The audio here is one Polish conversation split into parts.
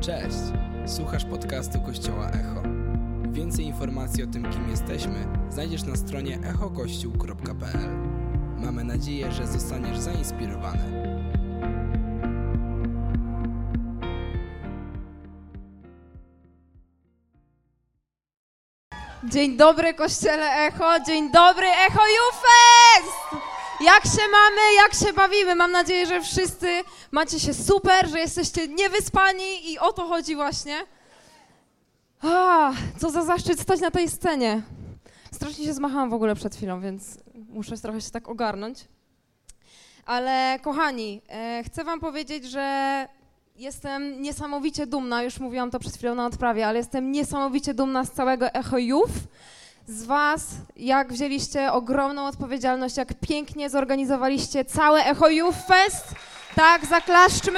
Cześć! Słuchasz podcastu Kościoła Echo. Więcej informacji o tym, kim jesteśmy, znajdziesz na stronie echokościół.pl. Mamy nadzieję, że zostaniesz zainspirowany. Dzień dobry Kościele Echo, dzień dobry Echo Youth Fest! Jak się mamy, jak się bawimy? Mam nadzieję, że wszyscy macie się super, że jesteście niewyspani i o to chodzi właśnie. Co za zaszczyt stać na tej scenie. Strasznie się zmachałam w ogóle przed chwilą, więc muszę trochę się tak ogarnąć. Ale kochani, chcę wam powiedzieć, że jestem niesamowicie dumna, już mówiłam to przed chwilą na odprawie, ale jestem niesamowicie dumna z całego Echo Youth, z was, jak wzięliście ogromną odpowiedzialność, jak pięknie zorganizowaliście całe Echo Youth Fest. Tak, zaklaszczmy.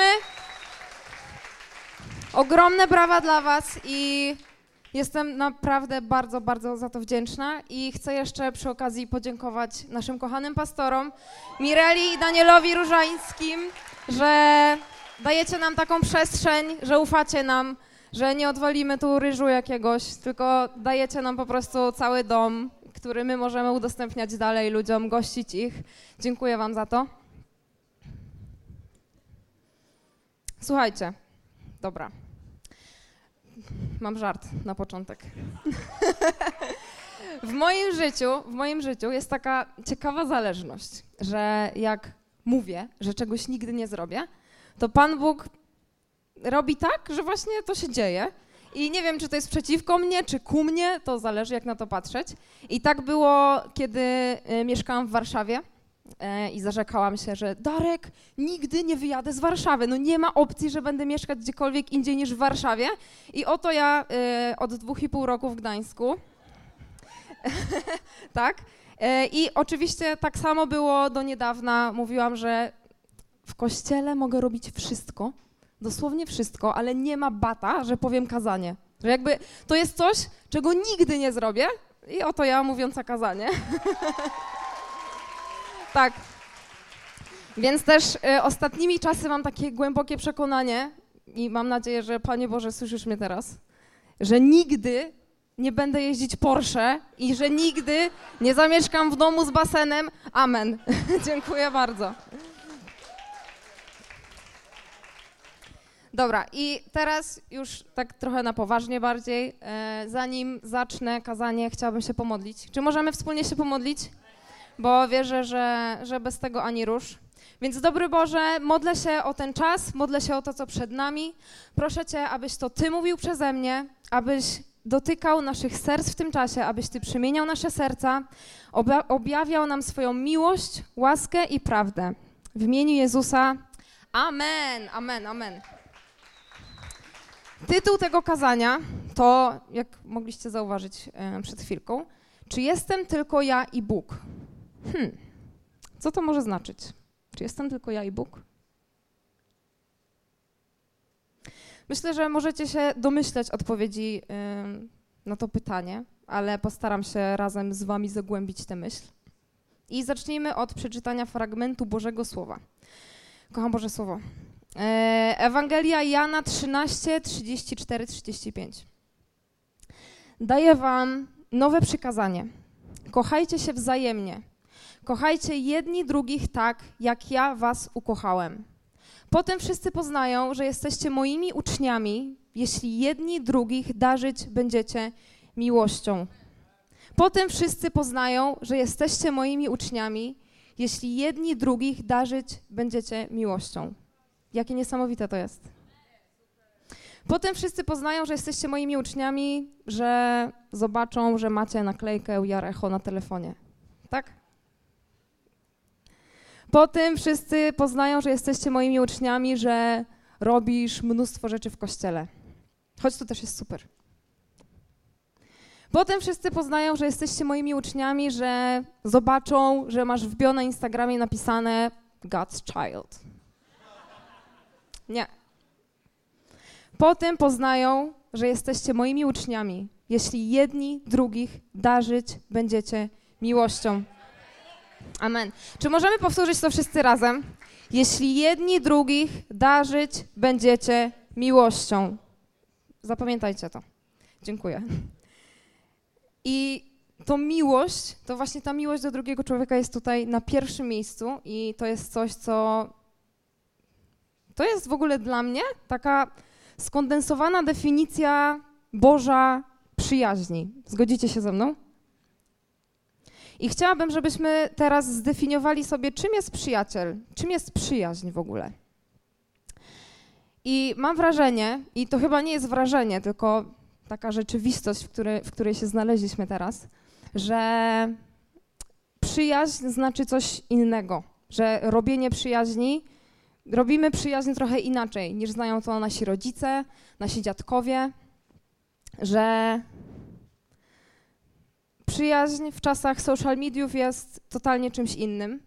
Ogromne brawa dla was i jestem naprawdę bardzo, bardzo za to wdzięczna i chcę jeszcze przy okazji podziękować naszym kochanym pastorom, Mireli i Danielowi Różańskim, że dajecie nam taką przestrzeń, że ufacie nam, że nie odwalimy tu ryżu jakiegoś, tylko dajecie nam po prostu cały dom, który my możemy udostępniać dalej ludziom, gościć ich. Dziękuję wam za to. Słuchajcie, dobra. Mam żart na początek. W moim życiu jest taka ciekawa zależność, że jak mówię, że czegoś nigdy nie zrobię, to Pan Bóg robi tak, że właśnie to się dzieje. I nie wiem, czy to jest przeciwko mnie, czy ku mnie, to zależy, jak na to patrzeć. I tak było, kiedy mieszkałam w Warszawie i zarzekałam się, że Darek, nigdy nie wyjadę z Warszawy. No nie ma opcji, że będę mieszkać gdziekolwiek indziej niż w Warszawie. I oto ja od 2,5 roku w Gdańsku. Tak. I oczywiście tak samo było do niedawna. Mówiłam, że w kościele mogę robić wszystko, dosłownie wszystko, ale nie ma bata, że powiem kazanie. Że jakby to jest coś, czego nigdy nie zrobię i oto ja mówiąca kazanie. Tak. Więc też ostatnimi czasy mam takie głębokie przekonanie i mam nadzieję, że Panie Boże, słyszysz mnie teraz, że nigdy nie będę jeździć Porsche i że nigdy nie zamieszkam w domu z basenem. Amen. Dziękuję bardzo. Dobra, i teraz już tak trochę na poważnie bardziej, zanim zacznę kazanie, chciałabym się pomodlić. Czy możemy wspólnie się pomodlić? Bo wierzę, że bez tego ani rusz. Więc dobry Boże, modlę się o ten czas, modlę się o to, co przed nami. Proszę Cię, abyś to Ty mówił przeze mnie, abyś dotykał naszych serc w tym czasie, abyś Ty przemieniał nasze serca, objawiał nam swoją miłość, łaskę i prawdę. W imieniu Jezusa. Amen, amen, amen. Tytuł tego kazania to, jak mogliście zauważyć przed chwilką, czy jestem tylko ja i Bóg? Co to może znaczyć? Czy jestem tylko ja i Bóg? Myślę, że możecie się domyśleć odpowiedzi na to pytanie, ale postaram się razem z wami zagłębić tę myśl. I zacznijmy od przeczytania fragmentu Bożego Słowa. Kocham Boże Słowo. Ewangelia Jana 13, 34, 35. Daję wam nowe przykazanie. Kochajcie się wzajemnie. Kochajcie jedni drugich tak, jak ja was ukochałem. Potem wszyscy poznają, że jesteście moimi uczniami, jeśli jedni drugich darzyć będziecie miłością. Potem wszyscy poznają, że jesteście moimi uczniami, jeśli jedni drugich darzyć będziecie miłością. Jakie niesamowite to jest. Potem wszyscy poznają, że jesteście moimi uczniami, że zobaczą, że macie naklejkę Jarecho na telefonie. Tak? Potem wszyscy poznają, że jesteście moimi uczniami, że robisz mnóstwo rzeczy w kościele. Choć to też jest super. Potem wszyscy poznają, że jesteście moimi uczniami, że zobaczą, że masz w bio na Instagramie napisane God's Child. Nie. Potem poznają, że jesteście moimi uczniami, jeśli jedni drugich darzyć będziecie miłością. Amen. Czy możemy powtórzyć to wszyscy razem? Jeśli jedni drugich darzyć będziecie miłością. Zapamiętajcie to. Dziękuję. I to miłość, to właśnie ta miłość do drugiego człowieka jest tutaj na pierwszym miejscu i to jest coś, co... To jest w ogóle dla mnie taka skondensowana definicja Boża przyjaźni. Zgodzicie się ze mną? I chciałabym, żebyśmy teraz zdefiniowali sobie, czym jest przyjaciel, czym jest przyjaźń w ogóle. I mam wrażenie, i to chyba nie jest wrażenie, tylko taka rzeczywistość, w której się znaleźliśmy teraz, że przyjaźń znaczy coś innego, że robimy przyjaźń trochę inaczej, niż znają to nasi rodzice, nasi dziadkowie, że przyjaźń w czasach social mediów jest totalnie czymś innym.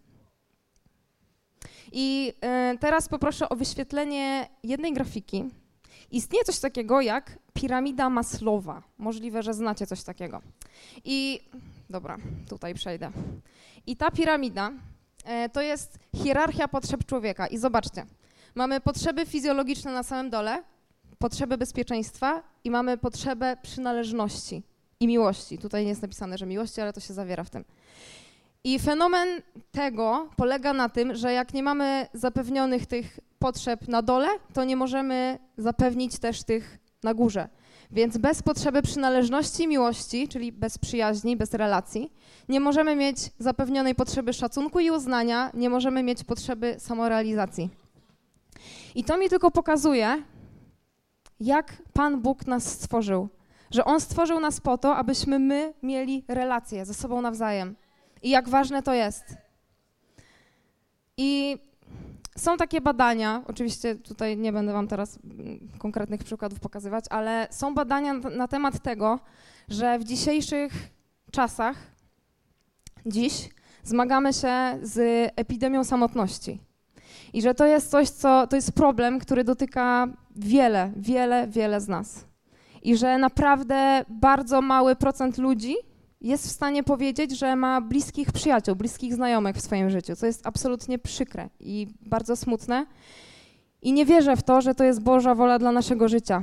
I teraz poproszę o wyświetlenie jednej grafiki. Istnieje coś takiego jak piramida Maslowa. Możliwe, że znacie coś takiego. I dobra, tutaj przejdę. I ta piramida to jest hierarchia potrzeb człowieka. I zobaczcie, mamy potrzeby fizjologiczne na samym dole, potrzeby bezpieczeństwa i mamy potrzebę przynależności i miłości. Tutaj nie jest napisane, że miłości, ale to się zawiera w tym. I fenomen tego polega na tym, że jak nie mamy zapewnionych tych potrzeb na dole, to nie możemy zapewnić też tych na górze. Więc bez potrzeby przynależności i miłości, czyli bez przyjaźni, bez relacji, nie możemy mieć zapewnionej potrzeby szacunku i uznania, nie możemy mieć potrzeby samorealizacji. I to mi tylko pokazuje, jak Pan Bóg nas stworzył. Że On stworzył nas po to, abyśmy my mieli relacje ze sobą nawzajem. I jak ważne to jest. I są takie badania, oczywiście tutaj nie będę wam teraz konkretnych przykładów pokazywać, ale są badania na temat tego, że w dzisiejszych czasach, dziś, zmagamy się z epidemią samotności. I że to jest coś, to jest problem, który dotyka wiele z nas. I że naprawdę bardzo mały procent ludzi jest w stanie powiedzieć, że ma bliskich przyjaciół, bliskich znajomych w swoim życiu, co jest absolutnie przykre i bardzo smutne. I nie wierzę w to, że to jest Boża wola dla naszego życia.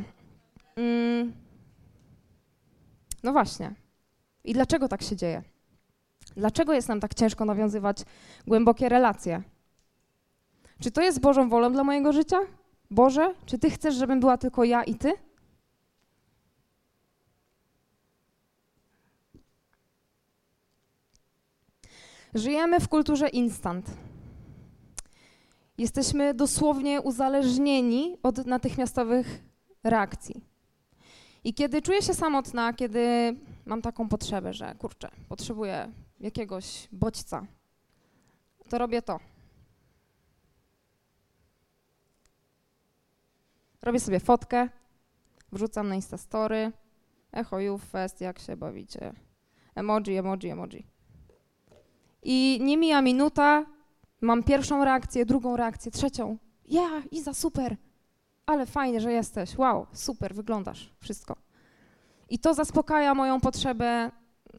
No właśnie. I dlaczego tak się dzieje? Dlaczego jest nam tak ciężko nawiązywać głębokie relacje? Czy to jest Bożą wolą dla mojego życia? Boże, czy Ty chcesz, żebym była tylko ja i Ty? Żyjemy w kulturze instant. Jesteśmy dosłownie uzależnieni od natychmiastowych reakcji. I kiedy czuję się samotna, kiedy mam taką potrzebę, że kurczę, potrzebuję jakiegoś bodźca, to robię to. Robię sobie fotkę, wrzucam na Instastory, Echo Youth Fest, jak się bawicie, emoji. I nie mija minuta, mam pierwszą reakcję, drugą reakcję, trzecią. Iza, super, ale fajnie, że jesteś, wow, super, wyglądasz, wszystko. I to zaspokaja moją potrzebę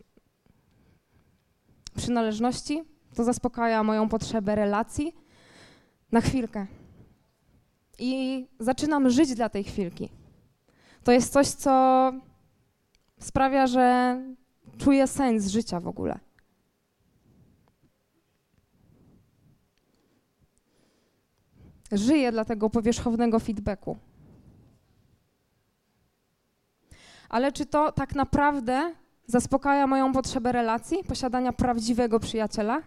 przynależności, to zaspokaja moją potrzebę relacji na chwilkę. I zaczynam żyć dla tej chwilki. To jest coś, co sprawia, że czuję sens życia w ogóle. Żyję dla tego powierzchownego feedbacku. Ale czy to tak naprawdę zaspokaja moją potrzebę relacji, posiadania prawdziwego przyjaciela?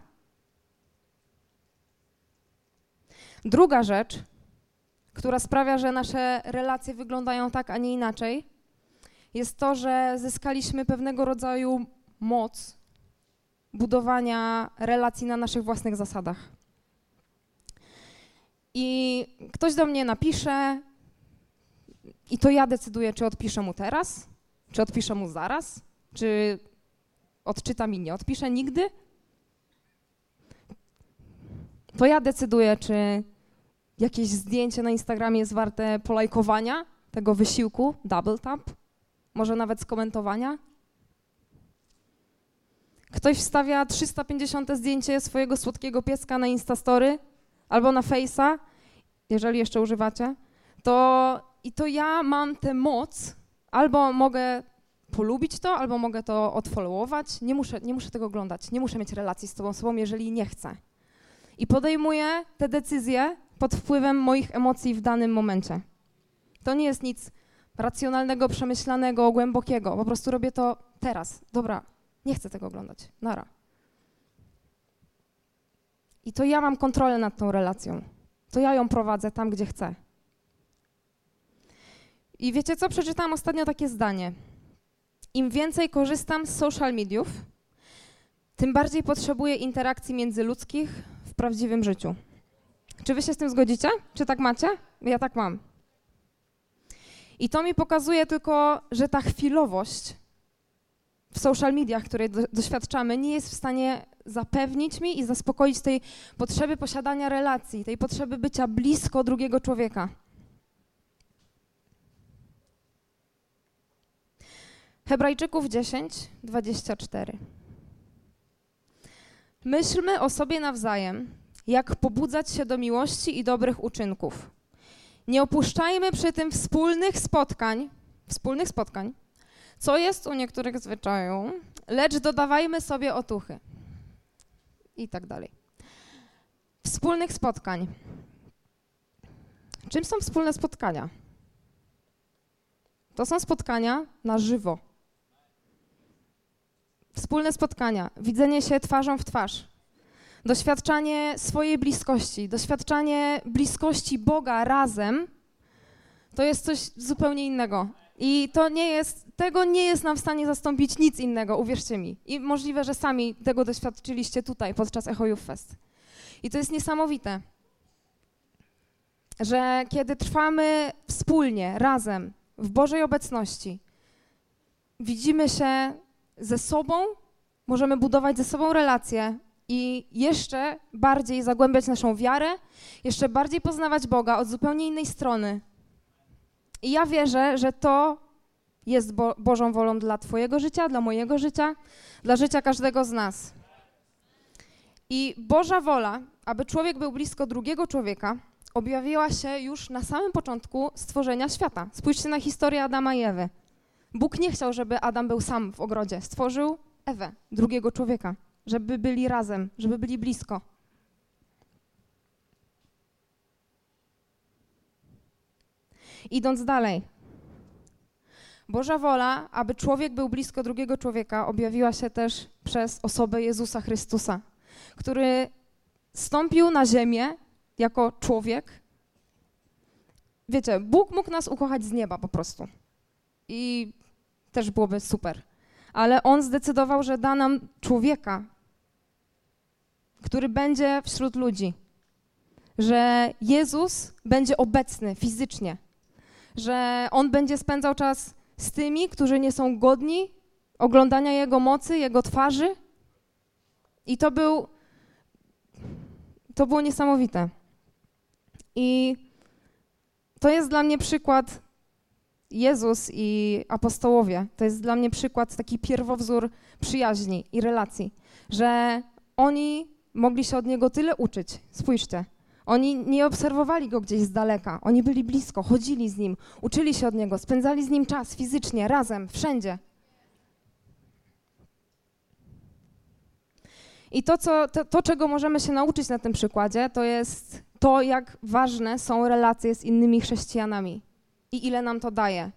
Druga rzecz, która sprawia, że nasze relacje wyglądają tak, a nie inaczej, jest to, że zyskaliśmy pewnego rodzaju moc budowania relacji na naszych własnych zasadach. I ktoś do mnie napisze i to ja decyduję, czy odpiszę mu teraz, czy odpiszę mu zaraz, czy odczytam i nie odpiszę nigdy. To ja decyduję, czy jakieś zdjęcie na Instagramie jest warte polajkowania, tego wysiłku, double tap, może nawet skomentowania. Ktoś wstawia 350 zdjęcie swojego słodkiego pieska na Instastory albo na Face'a, jeżeli jeszcze używacie, to ja mam tę moc albo mogę polubić to, albo mogę to odfollowować. Nie muszę tego oglądać, nie muszę mieć relacji z tą osobą, jeżeli nie chcę. I podejmuję te decyzje pod wpływem moich emocji w danym momencie. To nie jest nic racjonalnego, przemyślanego, głębokiego. Po prostu robię to teraz. Dobra, nie chcę tego oglądać. Nara. I to ja mam kontrolę nad tą relacją. To ja ją prowadzę tam, gdzie chcę. I wiecie co? Przeczytałam ostatnio takie zdanie. Im więcej korzystam z social mediów, tym bardziej potrzebuję interakcji międzyludzkich w prawdziwym życiu. Czy wy się z tym zgodzicie? Czy tak macie? Ja tak mam. I to mi pokazuje tylko, że ta chwilowość w social mediach, której doświadczamy, nie jest w stanie zapewnić mi i zaspokoić tej potrzeby posiadania relacji, tej potrzeby bycia blisko drugiego człowieka. Hebrajczyków 10:24. Myślmy o sobie nawzajem, jak pobudzać się do miłości i dobrych uczynków. Nie opuszczajmy przy tym wspólnych spotkań, co jest u niektórych zwyczaju, lecz dodawajmy sobie otuchy. I tak dalej. Wspólnych spotkań. Czym są wspólne spotkania? To są spotkania na żywo. Wspólne spotkania, widzenie się twarzą w twarz, doświadczanie swojej bliskości, doświadczanie bliskości Boga razem, to jest coś zupełnie innego. I tego nie jest nam w stanie zastąpić nic innego, uwierzcie mi. I możliwe, że sami tego doświadczyliście tutaj podczas Echo Youth Fest. I to jest niesamowite, że kiedy trwamy wspólnie, razem, w Bożej obecności, widzimy się ze sobą, możemy budować ze sobą relacje i jeszcze bardziej zagłębiać naszą wiarę, jeszcze bardziej poznawać Boga od zupełnie innej strony. I ja wierzę, że to jest Bożą wolą dla twojego życia, dla mojego życia, dla życia każdego z nas. I Boża wola, aby człowiek był blisko drugiego człowieka, objawiła się już na samym początku stworzenia świata. Spójrzcie na historię Adama i Ewy. Bóg nie chciał, żeby Adam był sam w ogrodzie. Stworzył Ewę, drugiego człowieka, żeby byli razem, żeby byli blisko. Idąc dalej. Boża wola, aby człowiek był blisko drugiego człowieka, objawiła się też przez osobę Jezusa Chrystusa, który zstąpił na ziemię jako człowiek. Wiecie, Bóg mógł nas ukochać z nieba po prostu. I też byłoby super. Ale On zdecydował, że da nam człowieka, który będzie wśród ludzi. Że Jezus będzie obecny fizycznie. Że On będzie spędzał czas z tymi, którzy nie są godni oglądania Jego mocy, Jego twarzy. I to było niesamowite. I to jest dla mnie przykład Jezus i apostołowie. To jest dla mnie przykład, taki pierwowzór przyjaźni i relacji, że oni mogli się od Niego tyle uczyć. Spójrzcie. Oni nie obserwowali Go gdzieś z daleka. Oni byli blisko, chodzili z Nim, uczyli się od Niego, spędzali z Nim czas fizycznie, razem, wszędzie. I to, czego możemy się nauczyć na tym przykładzie, to jest to, jak ważne są relacje z innymi chrześcijanami i ile nam to daje.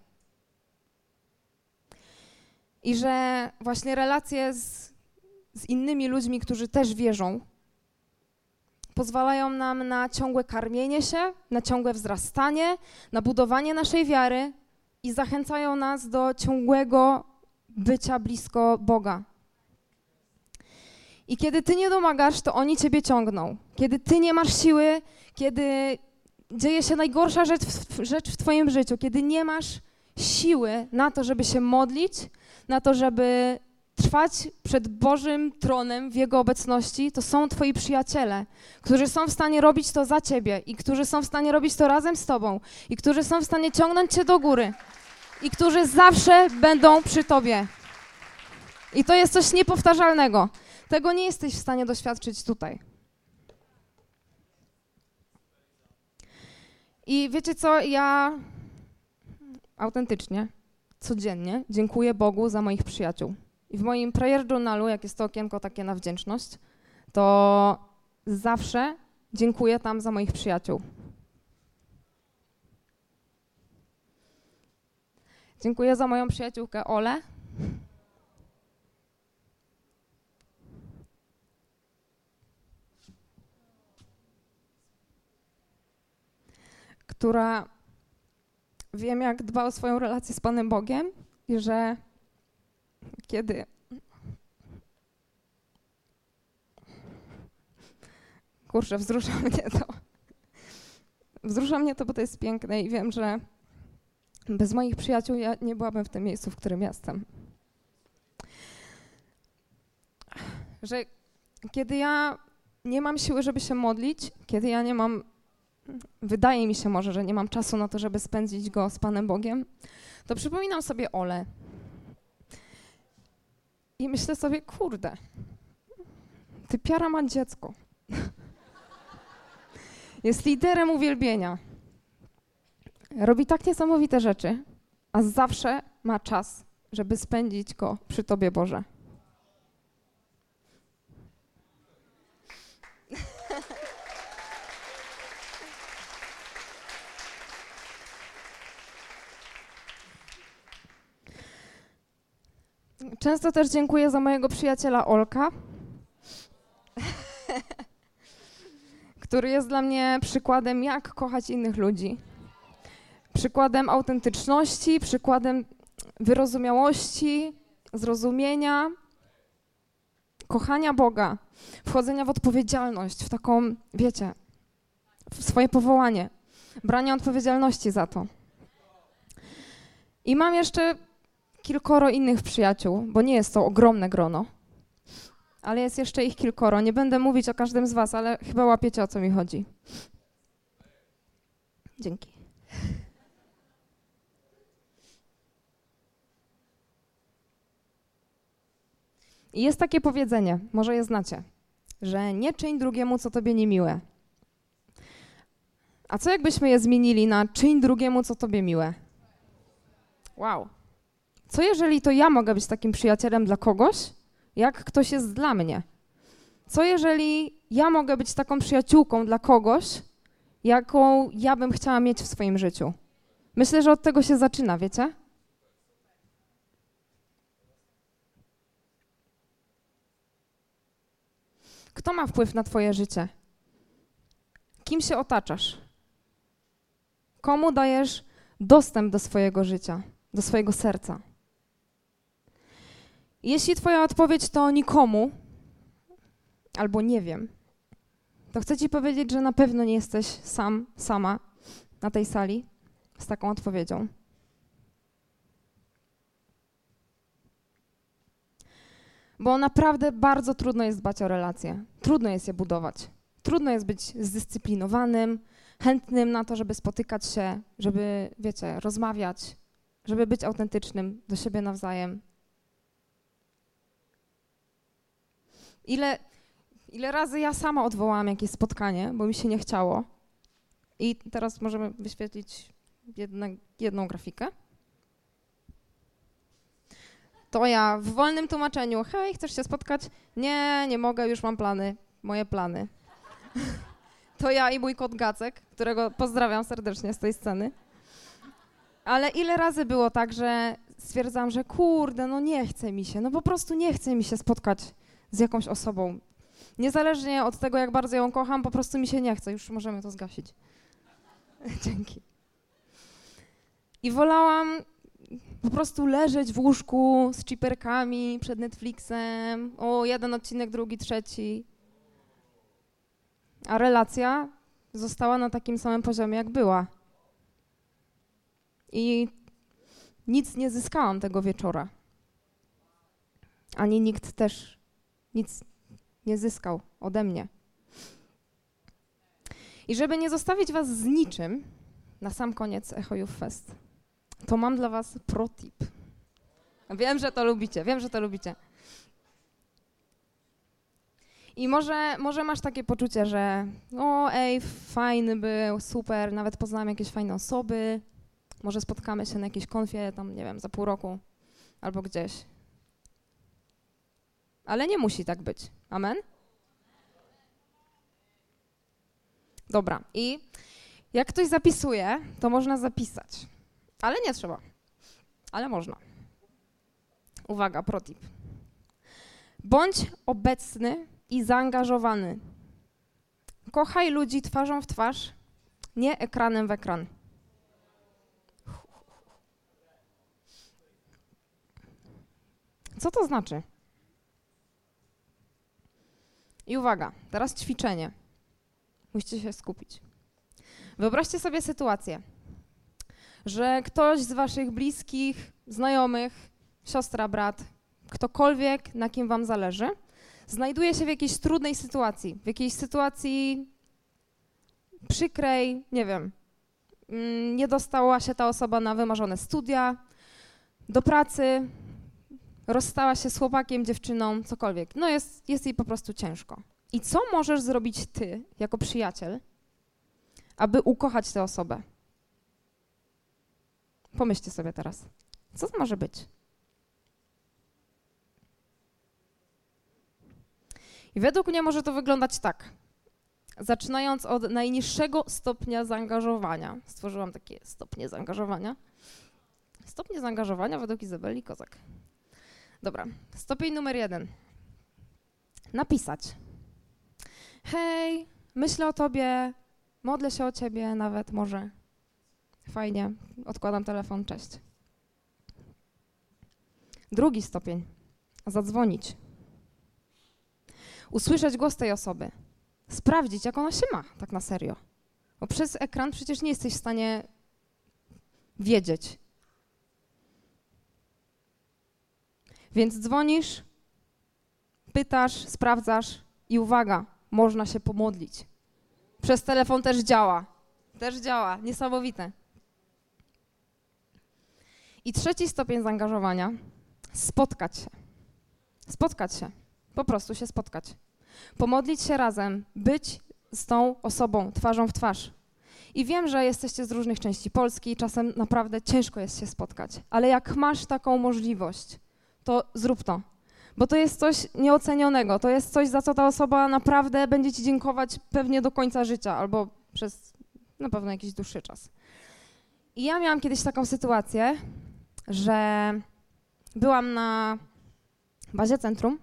I że właśnie relacje z innymi ludźmi, którzy też wierzą, pozwalają nam na ciągłe karmienie się, na ciągłe wzrastanie, na budowanie naszej wiary i zachęcają nas do ciągłego bycia blisko Boga. I kiedy ty nie domagasz, to oni ciebie ciągną. Kiedy ty nie masz siły, kiedy dzieje się najgorsza rzecz w twoim życiu, kiedy nie masz siły na to, żeby się modlić, na to, żeby trwać przed Bożym tronem w Jego obecności, to są twoi przyjaciele, którzy są w stanie robić to za ciebie i którzy są w stanie robić to razem z tobą i którzy są w stanie ciągnąć cię do góry i którzy zawsze będą przy tobie. I to jest coś niepowtarzalnego. Tego nie jesteś w stanie doświadczyć tutaj. I wiecie co, ja autentycznie codziennie dziękuję Bogu za moich przyjaciół. I w moim prayer journalu, jak jest to okienko takie na wdzięczność, to zawsze dziękuję tam za moich przyjaciół. Dziękuję za moją przyjaciółkę Olę. Która wiem, jak dba o swoją relację z Panem Bogiem i że kiedy wzrusza mnie to, bo to jest piękne i wiem, że bez moich przyjaciół ja nie byłabym w tym miejscu, w którym jestem. Że kiedy ja nie mam siły, żeby się modlić, kiedy ja nie mam, wydaje mi się może, że nie mam czasu na to, żeby spędzić go z Panem Bogiem, to przypominam sobie Olę. I myślę sobie, kurde, typiara ma dziecko. Jest liderem uwielbienia. Robi tak niesamowite rzeczy, a zawsze ma czas, żeby spędzić go przy Tobie, Boże. Często też dziękuję za mojego przyjaciela Olka, który jest dla mnie przykładem, jak kochać innych ludzi. Przykładem autentyczności, przykładem wyrozumiałości, zrozumienia, kochania Boga, wchodzenia w odpowiedzialność, w taką, wiecie, w swoje powołanie, brania odpowiedzialności za to. I mam jeszcze kilkoro innych przyjaciół, bo nie jest to ogromne grono, ale jest jeszcze ich kilkoro. Nie będę mówić o każdym z was, ale chyba łapiecie, o co mi chodzi. Dzięki. I jest takie powiedzenie, może je znacie, że nie czyń drugiemu, co tobie niemiłe. A co jakbyśmy je zmienili na czyń drugiemu, co tobie miłe? Wow. Co jeżeli to ja mogę być takim przyjacielem dla kogoś, jak ktoś jest dla mnie? Co jeżeli ja mogę być taką przyjaciółką dla kogoś, jaką ja bym chciała mieć w swoim życiu? Myślę, że od tego się zaczyna, wiecie? Kto ma wpływ na twoje życie? Kim się otaczasz? Komu dajesz dostęp do swojego życia, do swojego serca? Jeśli twoja odpowiedź to nikomu, albo nie wiem, to chcę ci powiedzieć, że na pewno nie jesteś sam, sama na tej sali z taką odpowiedzią. Bo naprawdę bardzo trudno jest dbać o relacje. Trudno jest je budować. Trudno jest być zdyscyplinowanym, chętnym na to, żeby spotykać się, żeby, wiecie, rozmawiać, żeby być autentycznym do siebie nawzajem. Ile razy ja sama odwołałam jakieś spotkanie, bo mi się nie chciało. I teraz możemy wyświetlić jedną grafikę. To ja w wolnym tłumaczeniu, hej, chcesz się spotkać? Nie, nie mogę, już mam plany, moje plany. To ja i mój kot Gacek, którego pozdrawiam serdecznie z tej sceny. Ale ile razy było tak, że stwierdzam, że kurde, no nie chce mi się, no po prostu nie chce mi się spotkać z jakąś osobą. Niezależnie od tego, jak bardzo ją kocham, po prostu mi się nie chce, już możemy to zgasić. Dzięki. I wolałam po prostu leżeć w łóżku z chiperkami przed Netflixem, jeden odcinek, drugi, trzeci. A relacja została na takim samym poziomie, jak była. I nic nie zyskałam tego wieczora. Ani nikt też nic nie zyskał ode mnie. I żeby nie zostawić was z niczym, na sam koniec Echo Youth Fest, to mam dla was pro-tip. Wiem, że to lubicie. I może masz takie poczucie, że fajny był, super, nawet poznałam jakieś fajne osoby, Może spotkamy się na jakiejś konfie, tam nie wiem, za pół roku albo gdzieś. Ale nie musi tak być. Amen? Dobra. I jak ktoś zapisuje, to można zapisać. Ale nie trzeba. Ale można. Uwaga, protip. Bądź obecny i zaangażowany. Kochaj ludzi twarzą w twarz, nie ekranem w ekran. Co to znaczy? I uwaga, teraz ćwiczenie. Musicie się skupić. Wyobraźcie sobie sytuację, że ktoś z waszych bliskich, znajomych, siostra, brat, ktokolwiek, na kim wam zależy, znajduje się w jakiejś trudnej sytuacji, w jakiejś sytuacji przykrej, nie wiem, nie dostała się ta osoba na wymarzone studia, do pracy, rozstała się z chłopakiem, dziewczyną, cokolwiek. No jest jej po prostu ciężko. I co możesz zrobić ty, jako przyjaciel, aby ukochać tę osobę? Pomyślcie sobie teraz. Co to może być? I według mnie może to wyglądać tak. Zaczynając od najniższego stopnia zaangażowania. Stworzyłam takie stopnie zaangażowania. Stopnie zaangażowania według Izabeli Kozak. Dobra, stopień numer 1. Napisać. Hej, myślę o tobie, modlę się o ciebie nawet może. Fajnie, odkładam telefon, cześć. Drugi stopień. Zadzwonić. Usłyszeć głos tej osoby. Sprawdzić, jak ona się ma, tak na serio. Bo przez ekran przecież nie jesteś w stanie wiedzieć. Więc dzwonisz, pytasz, sprawdzasz i uwaga, można się pomodlić. Przez telefon też działa. Też działa. Niesamowite. I trzeci stopień zaangażowania. Spotkać się. Spotkać się. Po prostu się spotkać. Pomodlić się razem. Być z tą osobą twarzą w twarz. I wiem, że jesteście z różnych części Polski i czasem naprawdę ciężko jest się spotkać. Ale jak masz taką możliwość, to zrób to. Bo to jest coś nieocenionego. To jest coś, za co ta osoba naprawdę będzie ci dziękować pewnie do końca życia albo przez na pewno jakiś dłuższy czas. I ja miałam kiedyś taką sytuację, że byłam na bazie centrum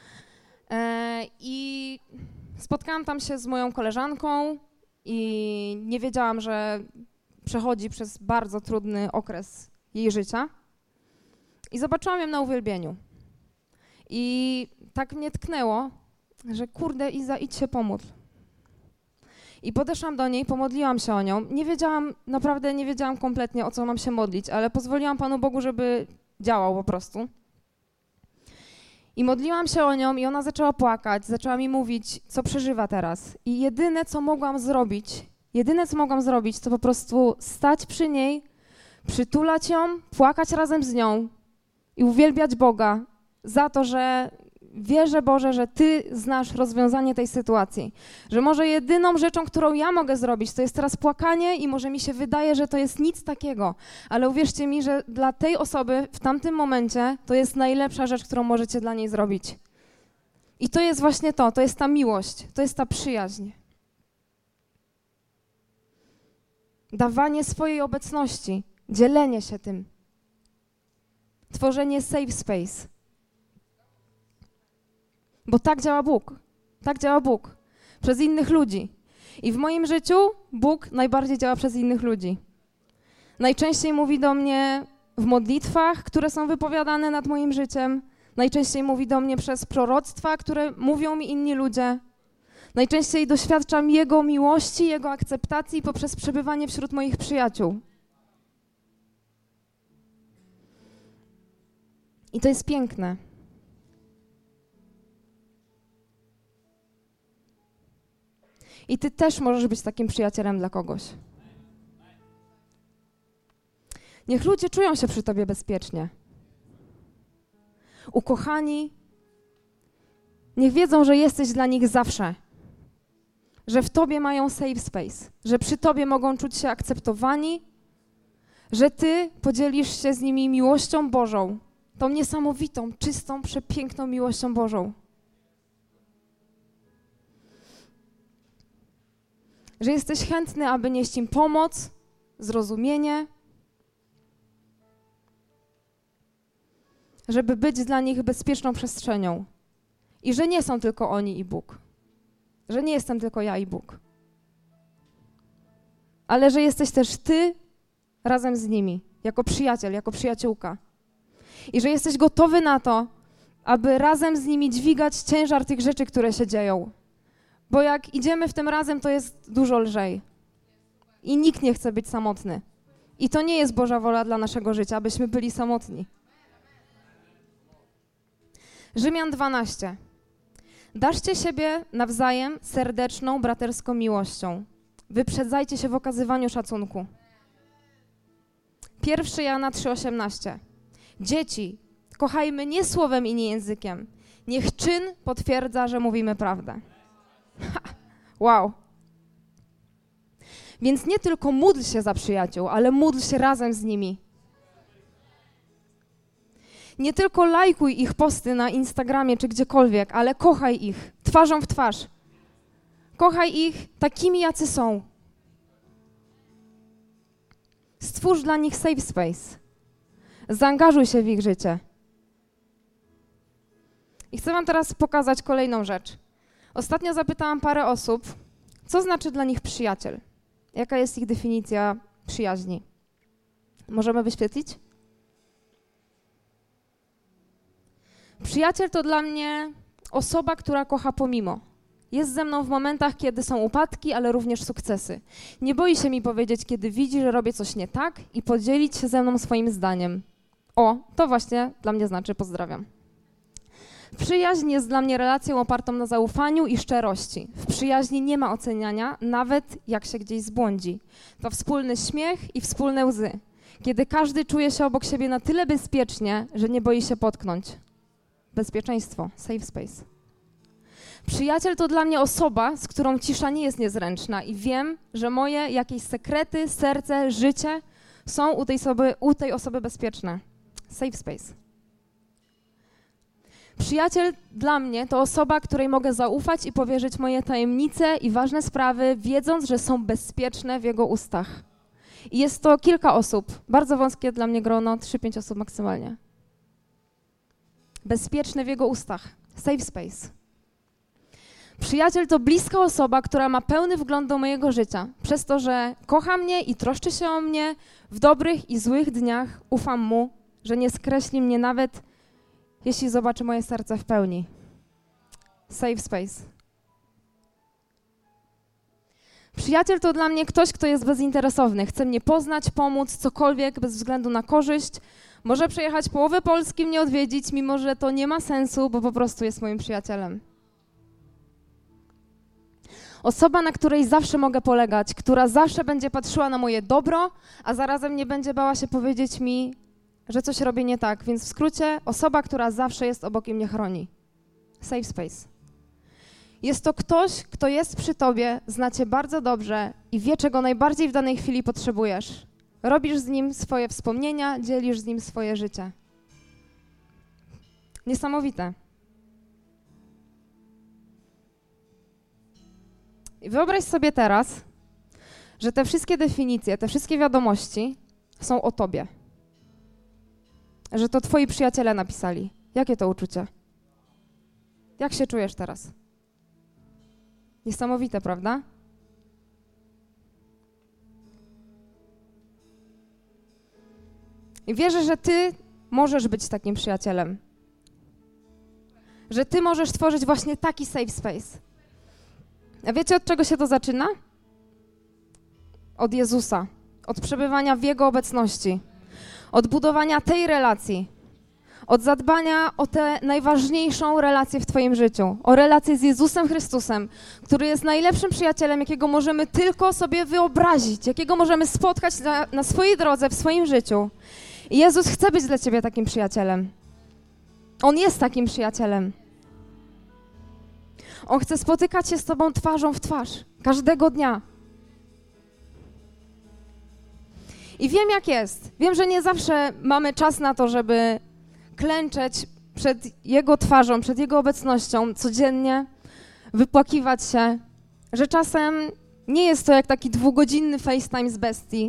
i spotkałam tam się z moją koleżanką i nie wiedziałam, że przechodzi przez bardzo trudny okres jej życia. I zobaczyłam ją na uwielbieniu. I tak mnie tknęło, że kurde, Iza, idź się pomódl. I podeszłam do niej, pomodliłam się o nią. Naprawdę nie wiedziałam kompletnie, o co mam się modlić, ale pozwoliłam Panu Bogu, żeby działał po prostu. I modliłam się o nią i ona zaczęła płakać, zaczęła mi mówić, co przeżywa teraz. I jedyne, co mogłam zrobić, to po prostu stać przy niej, przytulać ją, płakać razem z nią i uwielbiać Boga za to, że wierzę, Boże, że Ty znasz rozwiązanie tej sytuacji. Że może jedyną rzeczą, którą ja mogę zrobić, to jest teraz płakanie i może mi się wydaje, że to jest nic takiego. Ale uwierzcie mi, że dla tej osoby w tamtym momencie to jest najlepsza rzecz, którą możecie dla niej zrobić. I to jest właśnie to jest ta miłość, to jest ta przyjaźń. Dawanie swojej obecności, dzielenie się tym. Tworzenie safe space. Bo tak działa Bóg. Tak działa Bóg. Przez innych ludzi. I w moim życiu Bóg najbardziej działa przez innych ludzi. Najczęściej mówi do mnie w modlitwach, które są wypowiadane nad moim życiem. Najczęściej mówi do mnie przez proroctwa, które mówią mi inni ludzie. Najczęściej doświadczam Jego miłości, Jego akceptacji poprzez przebywanie wśród moich przyjaciół. I to jest piękne. I ty też możesz być takim przyjacielem dla kogoś. Niech ludzie czują się przy tobie bezpiecznie. Ukochani, niech wiedzą, że jesteś dla nich zawsze. Że w tobie mają safe space. Że przy tobie mogą czuć się akceptowani. że Ty podzielisz się z nimi miłością Bożą, tą niesamowitą, czystą, przepiękną miłością Bożą. Że jesteś chętny, aby nieść im pomoc, zrozumienie, żeby być dla nich bezpieczną przestrzenią. I że nie są tylko oni i Bóg. Że nie jestem tylko ja i Bóg. Ale że jesteś też Ty razem z nimi, jako przyjaciel, jako przyjaciółka. I że jesteś gotowy na to, aby razem z nimi dźwigać ciężar tych rzeczy, które się dzieją. Bo jak idziemy w tym razem, to jest dużo lżej. I nikt nie chce być samotny. I to nie jest Boża wola dla naszego życia, abyśmy byli samotni. Rzymian 12. Daszcie siebie nawzajem serdeczną, braterską miłością. Wyprzedzajcie się w okazywaniu szacunku. 1 Jana 3,18. Dzieci, kochajmy nie słowem i nie językiem. Niech czyn potwierdza, że mówimy prawdę. Wow. Więc nie tylko módl się za przyjaciół, ale módl się razem z nimi. Nie tylko lajkuj ich posty na Instagramie czy gdziekolwiek, ale kochaj ich twarzą w twarz. Kochaj ich takimi, jacy są. Stwórz dla nich safe space. Zaangażuj się w ich życie. I chcę wam teraz pokazać kolejną rzecz. Ostatnio zapytałam parę osób, co znaczy dla nich przyjaciel. Jaka jest ich definicja przyjaźni? Możemy wyświetlić? Przyjaciel to dla mnie osoba, która kocha pomimo. Jest ze mną w momentach, kiedy są upadki, ale również sukcesy. Nie boi się mi powiedzieć, kiedy widzi, że robię coś nie tak i podzielić się ze mną swoim zdaniem. O, to właśnie dla mnie znaczy pozdrawiam. Przyjaźń jest dla mnie relacją opartą na zaufaniu i szczerości. W przyjaźni nie ma oceniania, nawet jak się gdzieś zbłądzi. To wspólny śmiech i wspólne łzy. Kiedy każdy czuje się obok siebie na tyle bezpiecznie, że nie boi się potknąć. Bezpieczeństwo, safe space. Przyjaciel to dla mnie osoba, z którą cisza nie jest niezręczna i wiem, że moje jakieś sekrety, serce, życie są u tej osoby bezpieczne. Safe space. Przyjaciel dla mnie to osoba, której mogę zaufać i powierzyć moje tajemnice i ważne sprawy, wiedząc, że są bezpieczne w jego ustach. I jest to kilka osób, bardzo wąskie dla mnie grono, 3-5 osób maksymalnie. Bezpieczne w jego ustach. Safe space. Przyjaciel to bliska osoba, która ma pełny wgląd do mojego życia. Przez to, że kocha mnie i troszczy się o mnie w dobrych i złych dniach, ufam mu, że nie skreśli mnie nawet, jeśli zobaczy moje serce w pełni. Safe space. Przyjaciel to dla mnie ktoś, kto jest bezinteresowny. Chce mnie poznać, pomóc, cokolwiek, bez względu na korzyść. Może przejechać połowę Polski, mnie odwiedzić, mimo że to nie ma sensu, bo po prostu jest moim przyjacielem. Osoba, na której zawsze mogę polegać, która zawsze będzie patrzyła na moje dobro, a zarazem nie będzie bała się powiedzieć mi, że coś robię nie tak. Więc w skrócie, osoba, która zawsze jest obok i mnie chroni. Safe space. Jest to ktoś, kto jest przy tobie, zna cię bardzo dobrze i wie, czego najbardziej w danej chwili potrzebujesz. Robisz z nim swoje wspomnienia, dzielisz z nim swoje życie. Niesamowite. I wyobraź sobie teraz, że te wszystkie definicje, te wszystkie wiadomości są o tobie. Że to twoi przyjaciele napisali. Jakie to uczucie? Jak się czujesz teraz? Niesamowite, prawda? I wierzę, że ty możesz być takim przyjacielem. Że ty możesz tworzyć właśnie taki safe space. A wiecie, od czego się to zaczyna? Od Jezusa. Od przebywania w Jego obecności. Od budowania tej relacji. Od zadbania o tę najważniejszą relację w twoim życiu. O relację z Jezusem Chrystusem, który jest najlepszym przyjacielem, jakiego możemy tylko sobie wyobrazić, jakiego możemy spotkać na swojej drodze, w swoim życiu. I Jezus chce być dla ciebie takim przyjacielem. On jest takim przyjacielem. On chce spotykać się z tobą twarzą w twarz, każdego dnia. I wiem, jak jest. Wiem, że nie zawsze mamy czas na to, żeby klęczeć przed Jego twarzą, przed Jego obecnością codziennie, wypłakiwać się, że czasem nie jest to jak taki 2-godzinny FaceTime z bestii,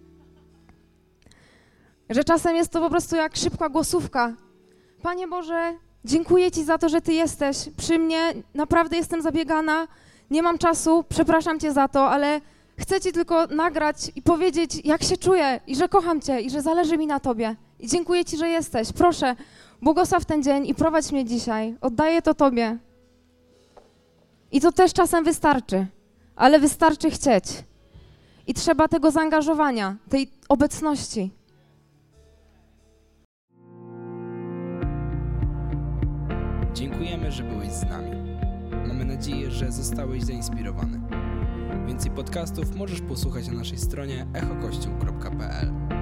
że czasem jest to po prostu jak szybka głosówka. Panie Boże, dziękuję Ci za to, że Ty jesteś przy mnie, naprawdę jestem zabiegana, nie mam czasu, przepraszam Cię za to, ale chcę Ci tylko nagrać i powiedzieć, jak się czuję i że kocham Cię i że zależy mi na Tobie. I dziękuję Ci, że jesteś. Proszę, błogosław ten dzień i prowadź mnie dzisiaj. Oddaję to Tobie. I to też czasem wystarczy, ale wystarczy chcieć. I trzeba tego zaangażowania, tej obecności. Dziękujemy, że byłeś z nami. Mamy nadzieję, że zostałeś zainspirowany. Więcej podcastów możesz posłuchać na naszej stronie echokościół.pl.